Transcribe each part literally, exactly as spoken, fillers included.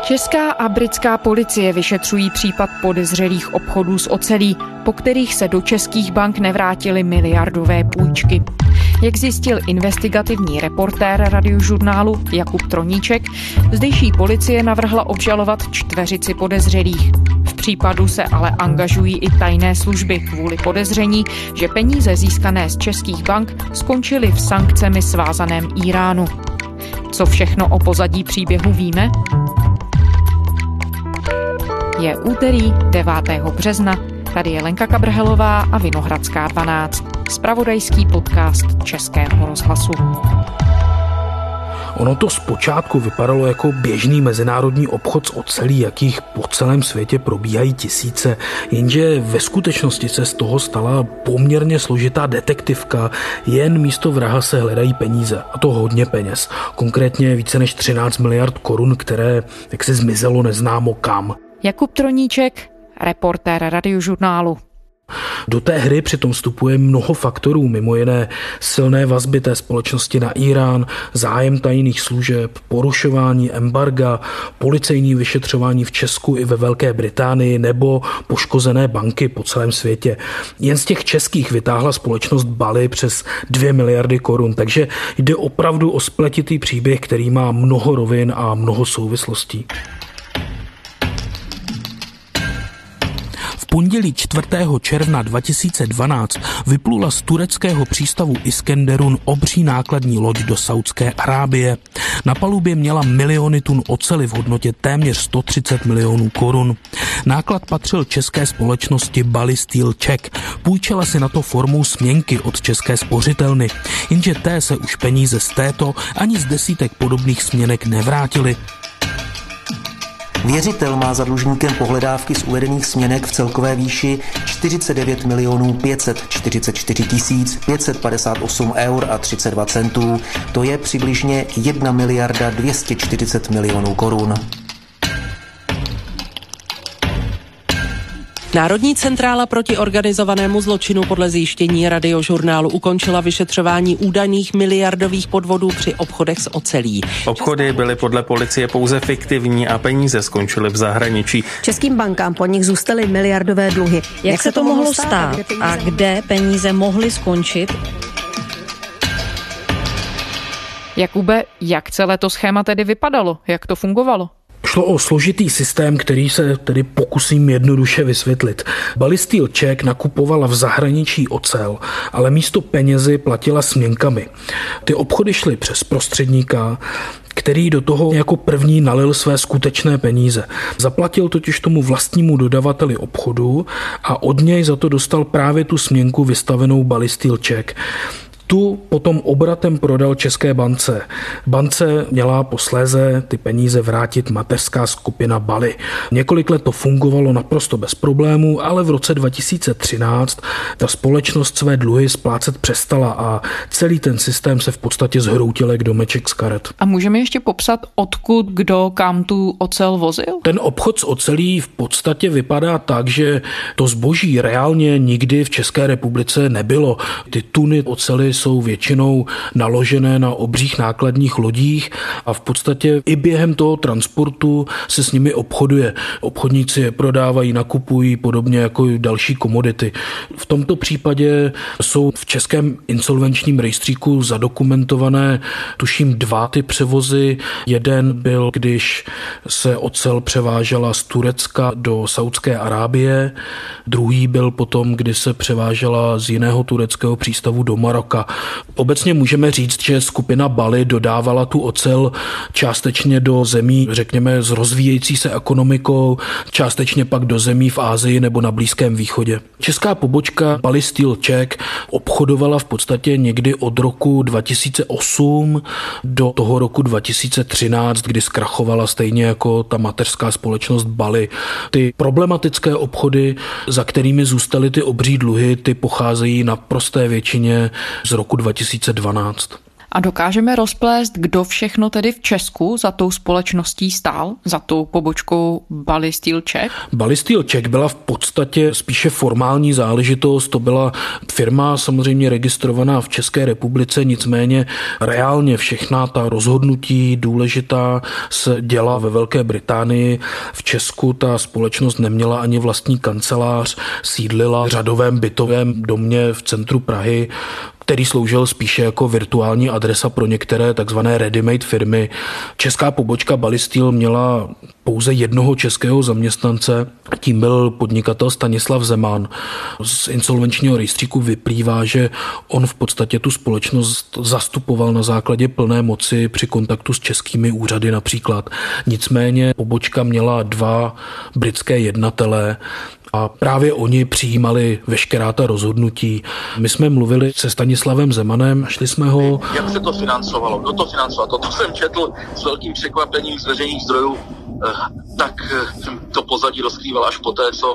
Česká a britská policie vyšetřují případ podezřelých obchodů s ocelí, po kterých se do českých bank nevrátily miliardové půjčky. Jak zjistil investigativní reportér Radiožurnálu Jakub Troníček, zdejší policie navrhla obžalovat čtveřici podezřelých. V případu se ale angažují i tajné služby kvůli podezření, že peníze získané z českých bank skončily v sankcemi svázaném Íránu. Co všechno o pozadí příběhu víme? Je úterý devátého března, tady je Lenka Kabrhelová a Vinohradská dvanáct, zpravodajský podcast Českého rozhlasu. Ono to zpočátku vypadalo jako běžný mezinárodní obchod s ocelí, jakých po celém světě probíhají tisíce, jenže ve skutečnosti se z toho stala poměrně složitá detektivka, jen místo vraha se hledají peníze, a to hodně peněz, konkrétně více než třináct miliard korun, které jak se zmizelo neznámo kam. Jakub Troníček, reportér Radiožurnálu. Do té hry přitom vstupuje mnoho faktorů, mimo jiné silné vazby té společnosti na Írán, zájem tajných služeb, porušování embarga, policejní vyšetřování v Česku i ve Velké Británii nebo poškozené banky po celém světě. Jen z těch českých vytáhla společnost Bally přes dvě miliardy korun, takže jde opravdu o spletitý příběh, který má mnoho rovin a mnoho souvislostí. V pondělí čtvrtého června dva tisíce dvanáct vyplula z tureckého přístavu Iskenderun obří nákladní loď do Saúdské Arábie. Na palubě měla miliony tun oceli v hodnotě téměř sto třicet milionů korun. Náklad patřil české společnosti Bally Steel Czech. Půjčila si na to formou směnky od české spořitelny, jenže té se už peníze z této ani z desítek podobných směnek nevrátily. Věřitel má za dlužníkem pohledávky z uvedených směnek v celkové výši čtyřicet devět milionů pět set čtyřicet čtyři tisíc pět set padesát osm eur a třicet dva centů. To je přibližně jedna miliarda dvě stě čtyřicet milionů korun. Národní centrála proti organizovanému zločinu podle zjištění Radiožurnálu ukončila vyšetřování údajných miliardových podvodů při obchodech s ocelí. Obchody byly podle policie pouze fiktivní a peníze skončily v zahraničí. Českým bankám po nich zůstaly miliardové dluhy. Jak, Jak se to mohlo stát a kde peníze mohly skončit? Jakube, jak celé to schéma tedy vypadalo? Jak to fungovalo? Šlo o složitý systém, který se tedy pokusím jednoduše vysvětlit. Bally Steel Czech nakupovala v zahraničí ocel, ale místo penězi platila směnkami. Ty obchody šly přes prostředníka, který do toho jako první nalil své skutečné peníze. Zaplatil totiž tomu vlastnímu dodavateli obchodu a od něj za to dostal právě tu směnku vystavenou Bally Steel Czech. Tu potom obratem prodal České bance. Bance měla posléze ty peníze vrátit mateřská skupina Bally. Několik let to fungovalo naprosto bez problémů, ale v roce dva tisíce třináct ta společnost své dluhy splácet přestala a celý ten systém se v podstatě zhroutil jak domeček z karet. A můžeme ještě popsat, odkud kdo kam tu ocel vozil? Ten obchod s ocelí v podstatě vypadá tak, že to zboží reálně nikdy v České republice nebylo. Ty tuny oceli jsou většinou naložené na obřích nákladních lodích a v podstatě i během toho transportu se s nimi obchoduje. Obchodníci je prodávají, nakupují, podobně jako i další komodity. V tomto případě jsou v českém insolvenčním rejstříku zadokumentované, tuším, dva ty převozy. Jeden byl, když se ocel převážela z Turecka do Saúdské Arábie, druhý byl potom, kdy se převážela z jiného tureckého přístavu do Maroka. Obecně můžeme říct, že skupina Bally dodávala tu ocel částečně do zemí, řekněme, s rozvíjející se ekonomikou, částečně pak do zemí v Asii nebo na Blízkém východě. Česká pobočka Bally Steel Czech obchodovala v podstatě někdy od roku dva tisíce osm do toho roku dva tisíce třináct, kdy zkrachovala stejně jako ta mateřská společnost Bally. Ty problematické obchody, za kterými zůstaly ty obří dluhy, ty pocházejí na prosté většině z roku dva tisíce dvanáct. A dokážeme rozplést, kdo všechno tedy v Česku za tou společností stál, za tou pobočkou Bally Steel Czech? Bally Steel Czech byla v podstatě spíše formální záležitost, to byla firma samozřejmě registrovaná v České republice, nicméně reálně všechna ta rozhodnutí důležitá se děla ve Velké Británii. V Česku ta společnost neměla ani vlastní kancelář, sídlila v řadovém bytovém domě v centru Prahy, který sloužil spíše jako virtuální adresa pro některé takzvané ready-made firmy. Česká pobočka Bally Steel měla pouze jednoho českého zaměstnance, tím byl podnikatel Stanislav Zeman. Z insolvenčního rejstříku vyplývá, že on v podstatě tu společnost zastupoval na základě plné moci při kontaktu s českými úřady například. Nicméně pobočka měla dva britské jednatele, a právě oni přijímali veškerá ta rozhodnutí. My jsme mluvili se Stanislavem Zemanem, šli jsme ho... Jak se to financovalo? Kdo to financoval? Toto jsem četl s velkým překvapením z veřejných zdrojů, tak jsem to pozadí rozkrýval až poté, co,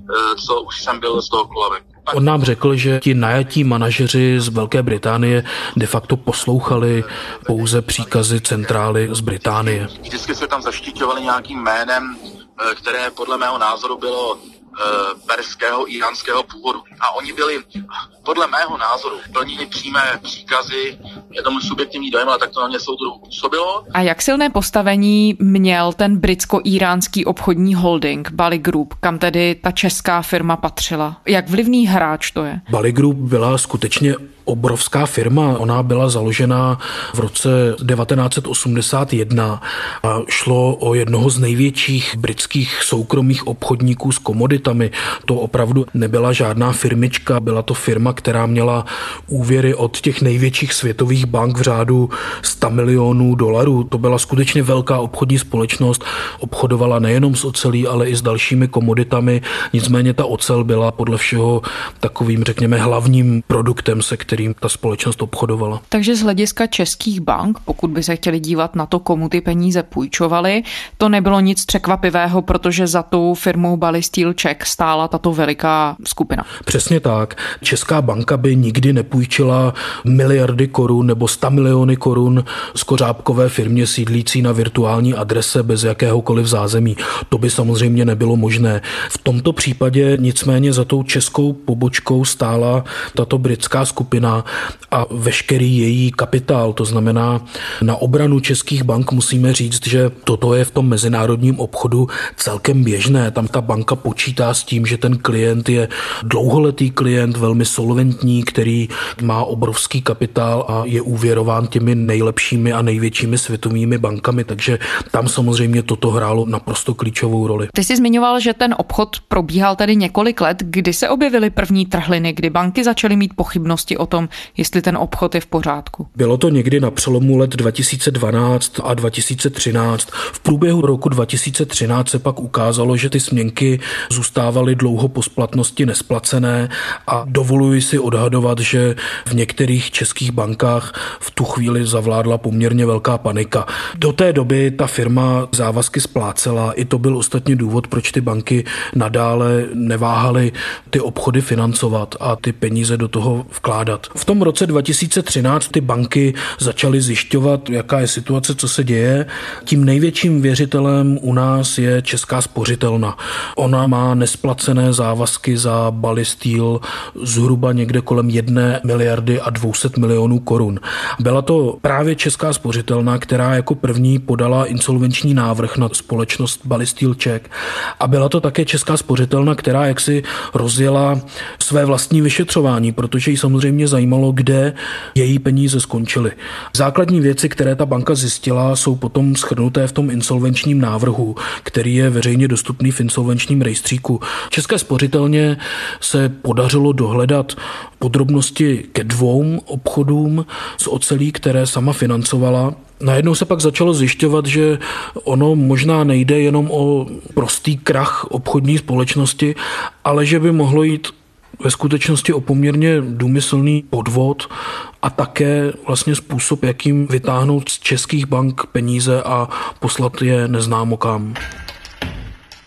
co už jsem byl z toho kulaveku. On nám řekl, že ti najatí manažeři z Velké Británie de facto poslouchali pouze příkazy centrály z Británie. Vždycky se tam zaštiťovali nějakým jménem, které podle mého názoru bylo perského, iránského původu. A oni byli, podle mého názoru, plnili přímé příkazy, je to můj subjektivní dojem, ale tak to na mě soudruhu působilo. A jak silné postavení měl ten britsko-iránský obchodní holding Bally Group, kam tedy ta česká firma patřila? Jak vlivný hráč to je? Bally Group byla skutečně obrovská firma. Ona byla založena v roce devatenáct set osmdesát jedna a šlo o jednoho z největších britských soukromých obchodníků s komoditami. To opravdu nebyla žádná firmička, byla to firma, která měla úvěry od těch největších světových bank v řádu sto milionů dolarů. To byla skutečně velká obchodní společnost, obchodovala nejenom s ocelí, ale i s dalšími komoditami. Nicméně ta ocel byla podle všeho takovým, řekněme, hlavním produktem, se kterým kterým ta společnost obchodovala. Takže z hlediska českých bank, pokud by se chtěli dívat na to, komu ty peníze půjčovaly, to nebylo nic překvapivého, protože za tou firmou Bally Steel Czech stála tato veliká skupina. Přesně tak. Česká banka by nikdy nepůjčila miliardy korun nebo sto miliony korun skořápkové firmě sídlící na virtuální adrese bez jakéhokoliv zázemí. To by samozřejmě nebylo možné. V tomto případě nicméně za tou českou pobočkou stála tato britská skupina a veškerý její kapitál. To znamená, na obranu českých bank musíme říct, že toto je v tom mezinárodním obchodu celkem běžné. Tam ta banka počítá s tím, že ten klient je dlouholetý klient, velmi solventní, který má obrovský kapitál a je úvěrován těmi nejlepšími a největšími světovými bankami, takže tam samozřejmě toto hrálo naprosto klíčovou roli. Ty jsi zmiňoval, že ten obchod probíhal tady několik let. Kdy se objevily první trhliny, kdy banky začaly mít pochybnosti o tom, jestli ten obchod je v pořádku? Bylo to někdy na přelomu let dva tisíce dvanáct a dva tisíce třináct. V průběhu roku dva tisíce třináct se pak ukázalo, že ty směnky zůstávaly dlouho po splatnosti nesplacené a dovoluji si odhadovat, že v některých českých bankách v tu chvíli zavládla poměrně velká panika. Do té doby ta firma závazky splácela, i to byl ostatně důvod, proč ty banky nadále neváhaly ty obchody financovat a ty peníze do toho vkládat. V tom roce dva tisíce třináct ty banky začaly zjišťovat, jaká je situace, co se děje. Tím největším věřitelem u nás je Česká spořitelna. Ona má nesplacené závazky za Bally Steel zhruba někde kolem jedné miliardy a dvě stě milionů korun. Byla to právě Česká spořitelna, která jako první podala insolvenční návrh na společnost Bally Steel Czech. A byla to také Česká spořitelna, která jaksi rozjela své vlastní vyšetřování, protože jí samozřejmě zajímalo, kde její peníze skončily. Základní věci, které ta banka zjistila, jsou potom shrnuté v tom insolvenčním návrhu, který je veřejně dostupný v insolvenčním rejstříku. České spořitelně se podařilo dohledat podrobnosti ke dvou obchodům s ocelí, které sama financovala. Najednou se pak začalo zjišťovat, že ono možná nejde jenom o prostý krach obchodní společnosti, ale že by mohlo jít ve skutečnosti o poměrně důmyslný podvod a také vlastně způsob, jakým vytáhnout z českých bank peníze a poslat je neznámo kam.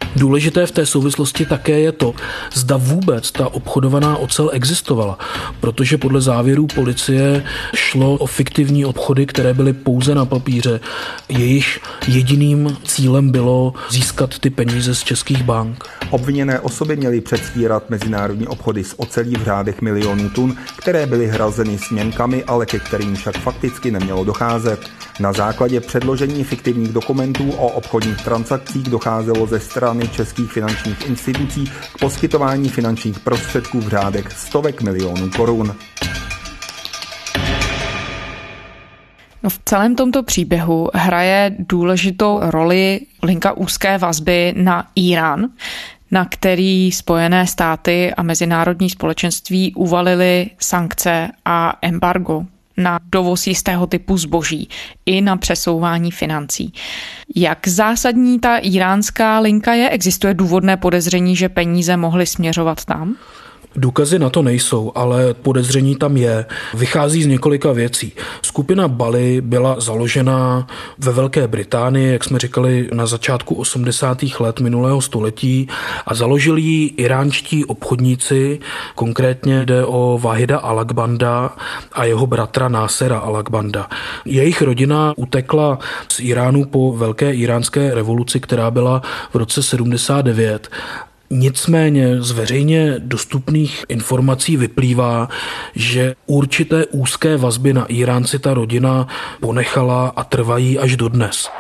Důležité v té souvislosti také je to, zda vůbec ta obchodovaná ocel existovala, protože podle závěrů policie šlo o fiktivní obchody, které byly pouze na papíře. Jejich jediným cílem bylo získat ty peníze z českých bank. Obviněné osoby měly předstírat mezinárodní obchody s ocelí v řádech milionů tun, které byly hrazeny směnkami, ale ke kterým však fakticky nemělo docházet. Na základě předložení fiktivních dokumentů o obchodních transakcích docházelo ze strany českých finančních institucí k poskytování finančních prostředků v řádech stovek milionů korun. No v celém tomto příběhu hraje důležitou roli linka úzké vazby na Írán, na který Spojené státy a mezinárodní společenství uvalily sankce a embargo na dovoz jistého typu zboží i na přesouvání financí. Jak zásadní ta íránská linka je? Existuje důvodné podezření, že peníze mohly směřovat tam? Důkazy na to nejsou, ale podezření tam je. Vychází z několika věcí. Skupina Bali byla založena ve Velké Británii, jak jsme říkali, na začátku osmdesátých let minulého století a založili ji iránští obchodníci, konkrétně jde o Wahida Al-Akbanda a jeho bratra Násera Al-Akbanda. Jejich rodina utekla z Iránu po Velké iránské revoluci, která byla v roce sedmdesát devět. Nicméně z veřejně dostupných informací vyplývá, že určité úzké vazby na Íránci ta rodina ponechala a trvají až dodnes.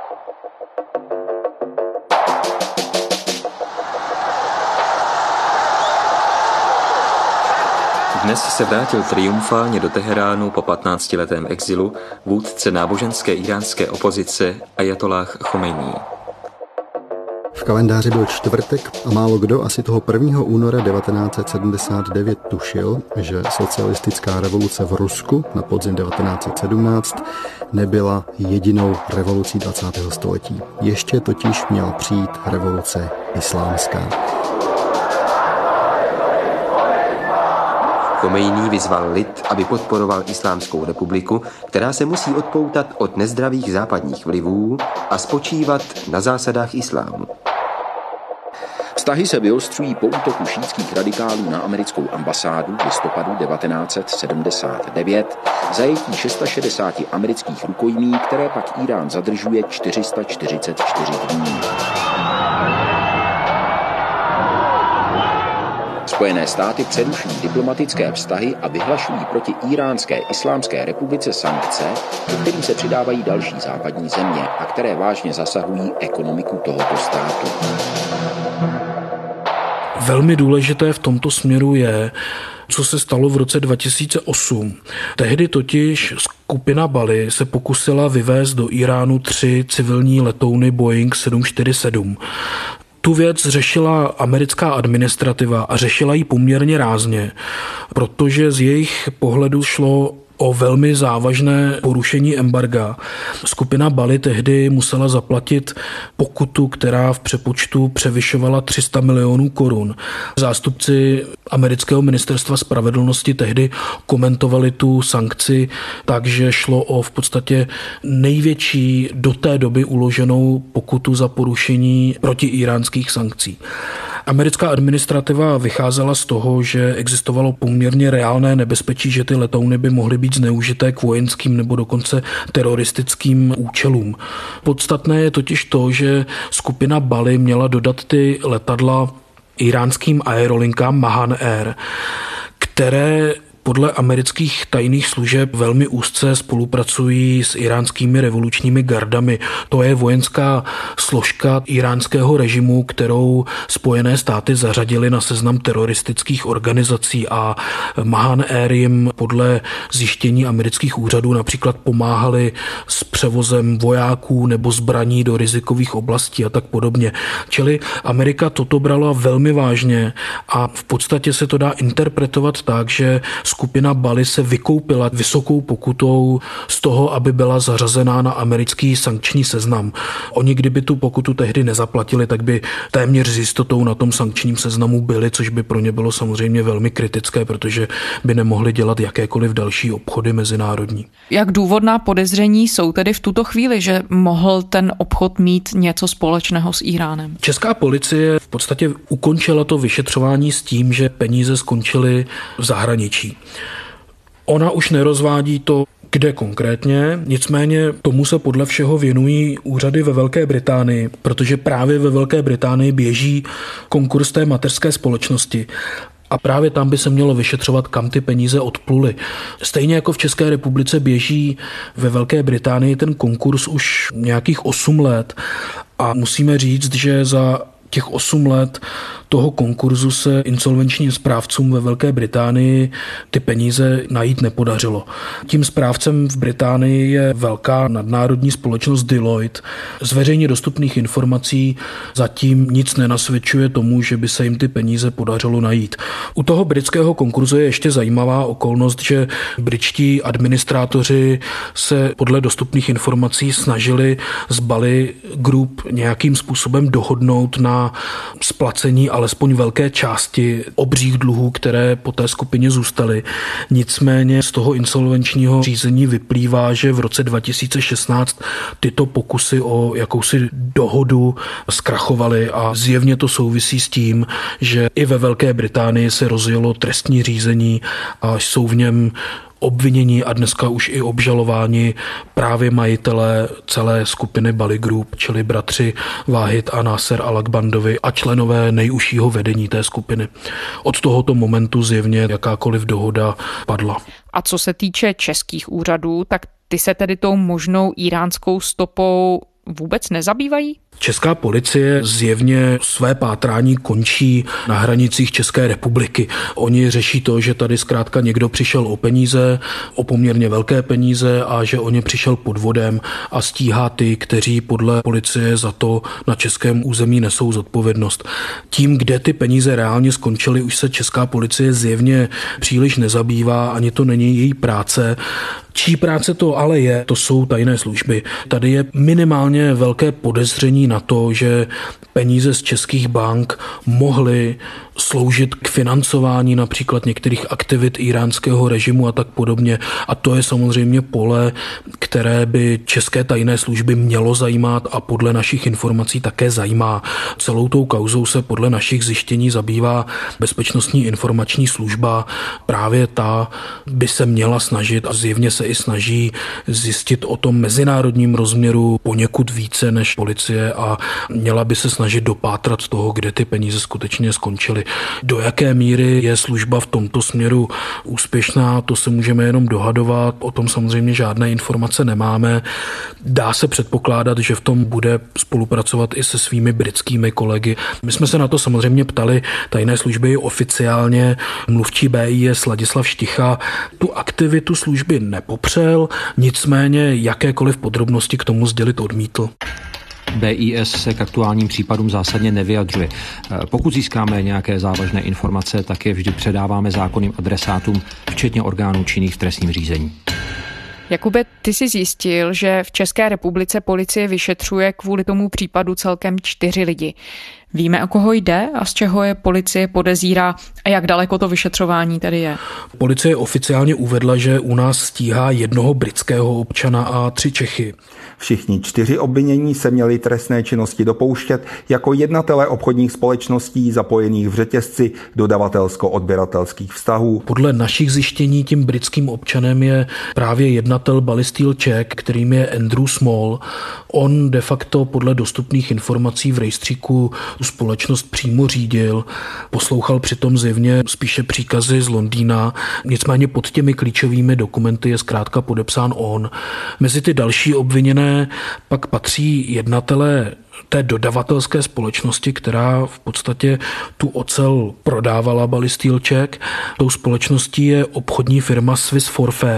Dnes se vrátil triumfálně do Teheránu po patnáctiletém exilu vůdce náboženské íránské opozice Ajatolláh Chomejní. V kalendáři byl čtvrtek a málo kdo asi toho prvního února devatenáct set sedmdesát devět tušil, že socialistická revoluce v Rusku na podzim devatenáct set sedmnáct nebyla jedinou revolucí dvacátého století. Ještě totiž měla přijít revoluce islámská. Chomejní vyzval lid, aby podporoval Islámskou republiku, která se musí odpoutat od nezdravých západních vlivů a spočívat na zásadách islámu. Vztahy se vyostřují po útoku šítských radikálů na americkou ambasádu v listopadu devatenáct set sedmdesát devět, zajetí šedesáti šesti amerických rukojmí, které pak Írán zadržuje čtyři sta čtyřicet čtyři dní. Spojené státy přerušují diplomatické vztahy a vyhlašují proti Íránské islámské republice sankce, ke kterým se přidávají další západní země a které vážně zasahují ekonomiku tohoto státu. Velmi důležité v tomto směru je, co se stalo v roce dva tisíce osm. Tehdy totiž skupina Bali se pokusila vyvést do Iránu tři civilní letouny Boeing sedm čtyřicet sedm. Tu věc řešila americká administrativa a řešila ji poměrně rázně, protože z jejich pohledu šlo o velmi závažné porušení embarga. Skupina Bali tehdy musela zaplatit pokutu, která v přepočtu převyšovala tři sta milionů korun. Zástupci amerického ministerstva spravedlnosti tehdy komentovali tu sankci, takže šlo o v podstatě největší do té doby uloženou pokutu za porušení protiíránských sankcí. Americká administrativa vycházela z toho, že existovalo poměrně reálné nebezpečí, že ty letouny by mohly být zneužité k vojenským nebo dokonce teroristickým účelům. Podstatné je totiž to, že skupina Bali měla dodat ty letadla iránským aerolinkám Mahan Air, které podle amerických tajných služeb velmi úzce spolupracují s iránskými revolučními gardami. To je vojenská složka iránského režimu, kterou Spojené státy zařadily na seznam teroristických organizací a Mahan Air jim podle zjištění amerických úřadů například pomáhali s převozem vojáků nebo zbraní do rizikových oblastí a tak podobně. Čili Amerika toto brala velmi vážně a v podstatě se to dá interpretovat tak, že skupina Bali se vykoupila vysokou pokutou z toho, aby byla zařazená na americký sankční seznam. Oni, kdyby tu pokutu tehdy nezaplatili, tak by téměř s jistotou na tom sankčním seznamu byli, což by pro ně bylo samozřejmě velmi kritické, protože by nemohli dělat jakékoliv další obchody mezinárodní. Jak důvodná podezření jsou tedy v tuto chvíli, že mohl ten obchod mít něco společného s Íránem? Česká policie v podstatě ukončila to vyšetřování s tím, že peníze skončily v zahraničí. Ona už nerozvádí to, kde konkrétně, nicméně tomu se podle všeho věnují úřady ve Velké Británii, protože právě ve Velké Británii běží konkurs té mateřské společnosti. A právě tam by se mělo vyšetřovat, kam ty peníze odpluly. Stejně jako v České republice běží ve Velké Británii ten konkurs už nějakých osm let a musíme říct, že za těch osm let toho konkurzu se insolvenčním správcům ve Velké Británii ty peníze najít nepodařilo. Tím správcem v Británii je velká nadnárodní společnost Deloitte. Z veřejně dostupných informací zatím nic nenasvědčuje tomu, že by se jim ty peníze podařilo najít. U toho britského konkurzu je ještě zajímavá okolnost, že britští administrátoři se podle dostupných informací snažili s Bali Group nějakým způsobem dohodnout na splacení alespoň velké části obřích dluhů, které po té skupině zůstaly. Nicméně z toho insolvenčního řízení vyplývá, že v roce dva tisíce šestnáct tyto pokusy o jakousi dohodu zkrachovaly a zjevně to souvisí s tím, že i ve Velké Británii se rozjelo trestní řízení a jsou v něm obvinění a dneska už i obžalováni právě majitelé celé skupiny Bali Group, čili bratři Váhid a Nasser Al-Akbandovi a členové nejužšího vedení té skupiny. Od tohoto momentu zjevně jakákoliv dohoda padla. A co se týče českých úřadů, tak ty se tedy tou možnou íránskou stopou vůbec nezabývají? Česká policie zjevně své pátrání končí na hranicích České republiky. Oni řeší to, že tady zkrátka někdo přišel o peníze, o poměrně velké peníze a že o ně přišel podvodem a stíhá ty, kteří podle policie za to na českém území nesou zodpovědnost. Tím, kde ty peníze reálně skončily, už se česká policie zjevně příliš nezabývá, ani to není její práce. Čí práce to ale je, to jsou tajné služby. Tady je minimálně velké podezření na to, že peníze z českých bank mohly sloužit k financování například některých aktivit íránského režimu a tak podobně. A to je samozřejmě pole, které by české tajné služby mělo zajímat a podle našich informací také zajímá. Celou tou kauzou se podle našich zjištění zabývá Bezpečnostní informační služba. Právě ta by se měla snažit a zjevně se i snaží zjistit o tom mezinárodním rozměru poněkud více než policie a měla by se snažit dopátrat toho, kde ty peníze skutečně skončily. Do jaké míry je služba v tomto směru úspěšná, to se můžeme jenom dohadovat, o tom samozřejmě žádné informace nemáme. Dá se předpokládat, že v tom bude spolupracovat i se svými britskými kolegy. My jsme se na to samozřejmě ptali tajné služby oficiálně. Mluvčí B I S Ladislav Šticha tu aktivitu služby nepopřel, nicméně jakékoliv podrobnosti k tomu sdělit odmítl. B I S se k aktuálním případům zásadně nevyjadřuje. Pokud získáme nějaké závažné informace, tak je vždy předáváme zákonným adresátům, včetně orgánů činných v trestním řízení. Jakube, ty jsi zjistil, že v České republice policie vyšetřuje kvůli tomu případu celkem čtyři lidi. Víme, o koho jde a z čeho je policie podezírá a jak daleko to vyšetřování tady je? Policie oficiálně uvedla, že u nás stíhá jednoho britského občana a tři Čechy. Všichni čtyři obvinění se měli trestné činnosti dopouštět jako jednatelé obchodních společností zapojených v řetězci dodavatelsko-odběratelských vztahů. Podle našich zjištění tím britským občanem je právě jednatel Bali Steel Czech, kterým je Andrew Small. On de facto podle dostupných informací v rejstříku tu společnost přímo řídil, poslouchal přitom zjevně spíše příkazy z Londýna, nicméně pod těmi klíčovými dokumenty je zkrátka podepsán on. Mezi ty další obviněné pak patří jednatelé té dodavatelské společnosti, která v podstatě tu ocel prodávala Bali Steel Czech. Tou společností je obchodní firma Swiss Forfait.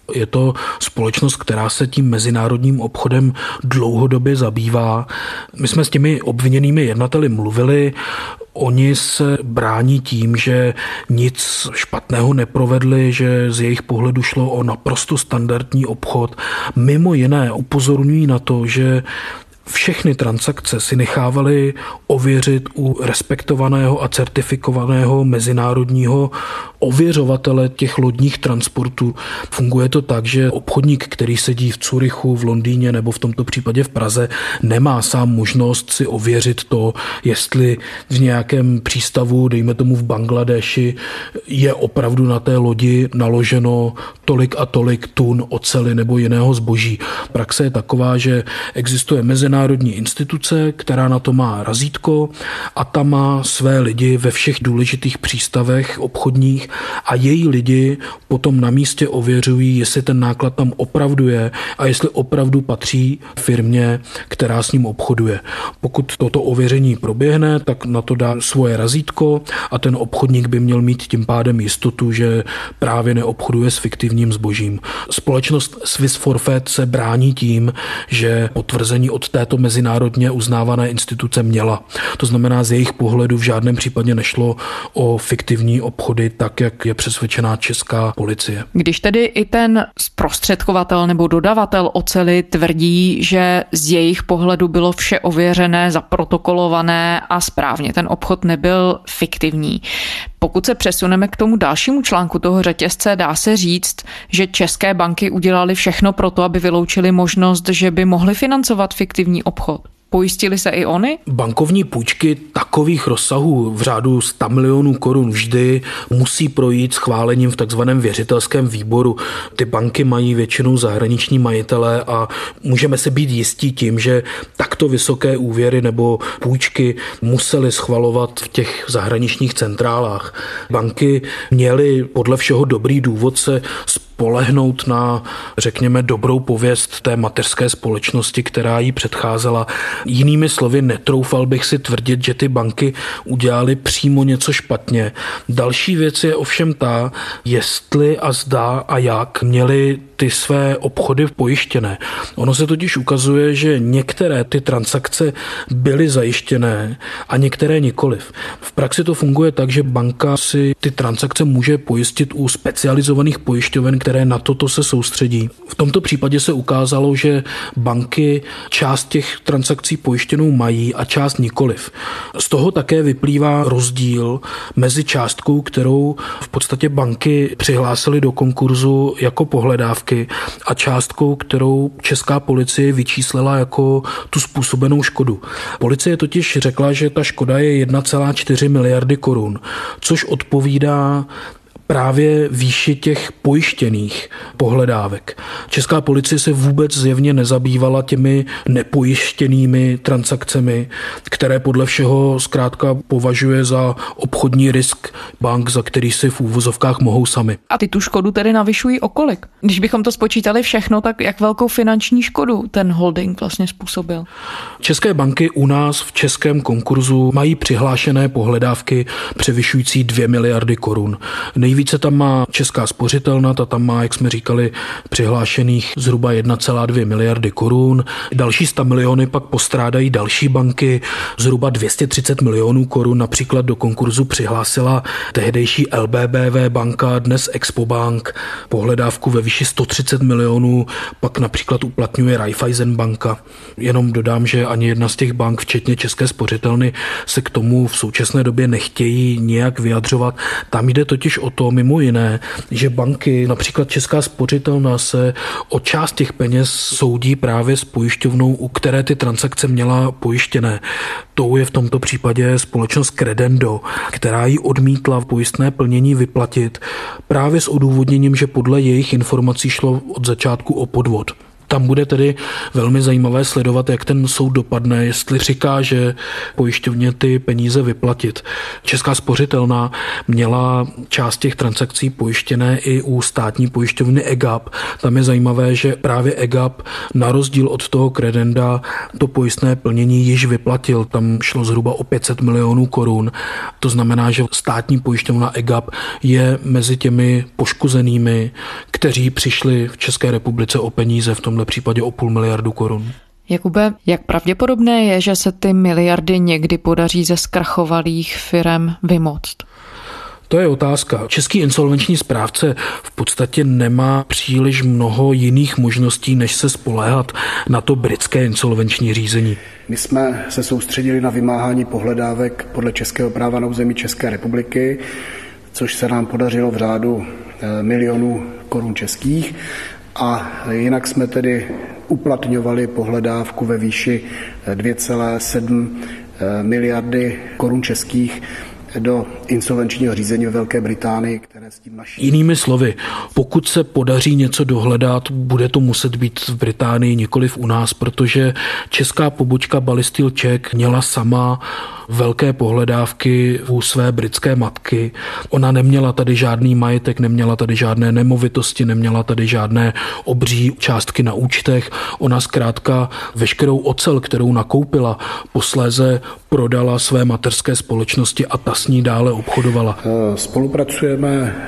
Je to společnost, která se tím mezinárodním obchodem dlouhodobě zabývá. My jsme s těmi obviněnými jednateli mluvili. Oni se brání tím, že nic špatného neprovedli, že z jejich pohledu šlo o naprosto standardní obchod. Mimo jiné upozorňují na to, že všechny transakce si nechávali ověřit u respektovaného a certifikovaného mezinárodního ověřovatele těch lodních transportů. Funguje to tak, že obchodník, který sedí v Curychu, v Londýně nebo v tomto případě v Praze, nemá sám možnost si ověřit to, jestli v nějakém přístavu, dejme tomu v Bangladeši, je opravdu na té lodi naloženo tolik a tolik tun oceli nebo jiného zboží. Praxe je taková, že existuje mezinárodní instituce, která na to má razítko a ta má své lidi ve všech důležitých přístavech obchodních a její lidi potom na místě ověřují, jestli ten náklad tam opravdu je a jestli opravdu patří firmě, která s ním obchoduje. Pokud toto ověření proběhne, tak na to dá svoje razítko a ten obchodník by měl mít tím pádem jistotu, že právě neobchoduje s fiktivním zbožím. Společnost Swiss Forfait se brání tím, že potvrzení od této mezinárodně uznávané instituce měla. To znamená, z jejich pohledu v žádném případě nešlo o fiktivní obchody, tak jak je přesvědčená česká policie. Když tedy i ten zprostředkovatel nebo dodavatel oceli tvrdí, že z jejich pohledu bylo vše ověřené, zaprotokolované a správně, ten obchod nebyl fiktivní. Pokud se přesuneme k tomu dalšímu článku toho řetězce, dá se říct, že české banky udělaly všechno pro to, aby vyloučili možnost, že by mohly financovat fiktivní obchod. Pojistili se i oni? Bankovní půjčky takových rozsahů v řádu sto milionů korun vždy musí projít schválením v takzvaném věřitelském výboru. Ty banky mají většinou zahraniční majitele a můžeme si být jistí tím, že takto vysoké úvěry nebo půjčky museli schvalovat v těch zahraničních centrálách. Banky měly podle všeho dobrý důvod se spolehnout na, řekněme, dobrou pověst té mateřské společnosti, která jí předcházela. Jinými slovy, netroufal bych si tvrdit, že ty banky udělaly přímo něco špatně. Další věc je ovšem ta, jestli a zda a jak měly ty své obchody pojištěné. Ono se totiž ukazuje, že některé ty transakce byly zajištěné a některé nikoliv. V praxi to funguje tak, že banka si ty transakce může pojistit u specializovaných pojišťoven, které na toto se soustředí. V tomto případě se ukázalo, že banky část těch transakcí pojištěnou mají a část nikoliv. Z toho také vyplývá rozdíl mezi částkou, kterou v podstatě banky přihlásily do konkurzu jako pohledávky a částkou, kterou česká policie vyčíslila jako tu způsobenou škodu. Policie totiž řekla, že ta škoda je jedna celá čtyři miliardy korun, což odpovídá právě výši těch pojištěných pohledávek. Česká policie se vůbec zjevně nezabývala těmi nepojištěnými transakcemi, které podle všeho zkrátka považuje za obchodní risk bank, za který si v úvozovkách mohou sami. A ty tu škodu tedy navyšují o kolik? Když bychom to spočítali všechno, tak jak velkou finanční škodu ten holding vlastně způsobil? České banky u nás v českém konkurzu mají přihlášené pohledávky převyšující dvě miliardy korun. Nejvíce tam má Česká spořitelna, ta tam má, jak jsme říkali, přihlášených zhruba jedna celá dvě miliardy korun. Další sto miliony pak postrádají další banky, zhruba dvě stě třicet milionů korun. Například do konkurzu přihlásila tehdejší L B B V banka, dnes Expobank, pohledávku ve výši sto třicet milionů, pak například uplatňuje Raiffeisen banka. Jenom dodám, že ani jedna z těch bank, včetně České spořitelny, se k tomu v současné době nechtějí nějak vyjadřovat. Tam jde totiž o to, mimo jiné, že banky, například Česká spořitelna, se o část těch peněz soudí právě s pojišťovnou, u které ty transakce měla pojištěné. Tou je v tomto případě společnost Credendo, která jí odmítla pojistné plnění vyplatit právě s odůvodněním, že podle jejich informací šlo od začátku o podvod. Tam bude tedy velmi zajímavé sledovat, jak ten soud dopadne, jestli přikáže pojišťovně ty peníze vyplatit. Česká spořitelná měla část těch transakcí pojištěné i u státní pojišťovny E G A P. Tam je zajímavé, že právě E G A P na rozdíl od toho Credenda to pojistné plnění již vyplatil. Tam šlo zhruba o pět set milionů korun. To znamená, že státní pojišťovna E G A P je mezi těmi poškozenými, kteří přišli v České republice o peníze, v tomhle případě o půl miliardu korun. Jakube, jak pravděpodobné je, že se ty miliardy někdy podaří ze zkrachovalých firem vymoct? To je otázka. Český insolvenční správce v podstatě nemá příliš mnoho jiných možností, než se spoléhat na to britské insolvenční řízení. My jsme se soustředili na vymáhání pohledávek podle českého práva na území České republiky, což se nám podařilo v řádu milionů korun českých. A jinak jsme tedy uplatňovali pohledávku ve výši dvě celé sedm miliardy korun českých do insolvenčního řízení ve Velké Británii, které s tím naší... Jinými slovy, pokud se podaří něco dohledat, bude to muset být v Británii, nikoliv u nás, protože česká pobočka Ballystill Czech měla sama velké pohledávky u své britské matky. Ona neměla tady žádný majetek, neměla tady žádné nemovitosti, neměla tady žádné obří částky na účtech. Ona zkrátka veškerou ocel, kterou nakoupila, posléze prodala své mateřské společnosti a ta s ní dále obchodovala. Spolupracujeme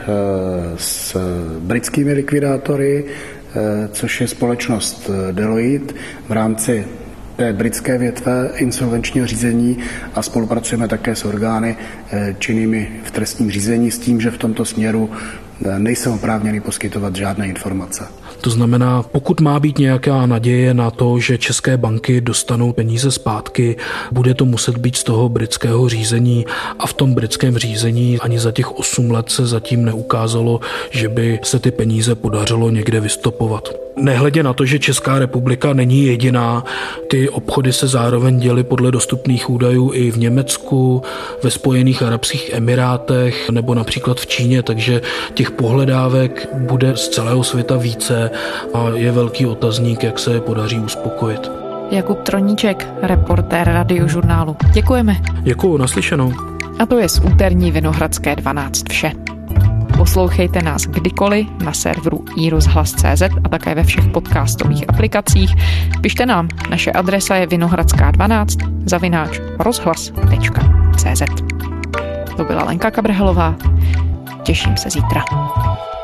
s britskými likvidátory, což je společnost Deloitte v rámci té britské větve insolvenčního řízení a spolupracujeme také s orgány činnými v trestním řízení s tím, že v tomto směru nejsou oprávněny poskytovat žádné informace. To znamená, pokud má být nějaká naděje na to, že české banky dostanou peníze zpátky, bude to muset být z toho britského řízení a v tom britském řízení ani za těch osm let se zatím neukázalo, že by se ty peníze podařilo někde vystopovat. Nehledě na to, že Česká republika není jediná, ty obchody se zároveň děly podle dostupných údajů i v Německu, ve Spojených arabských emirátech nebo například v Číně, takže těch pohledávek bude z celého světa více a je velký otazník, jak se je podaří uspokojit. Jakub Troníček, reportér Radiožurnálu. Děkujeme. Děkuju, naslyšenou. A to je z úterní Vinohradské dvanáct vše. Poslouchejte nás kdykoliv na serveru i rozhlas tečka cé zet a také ve všech podcastových aplikacích. Pište nám, naše adresa je vinohradská dvanáct zavináč rozhlas tečka cé zet. To byla Lenka Kabrhelová. Těším se zítra.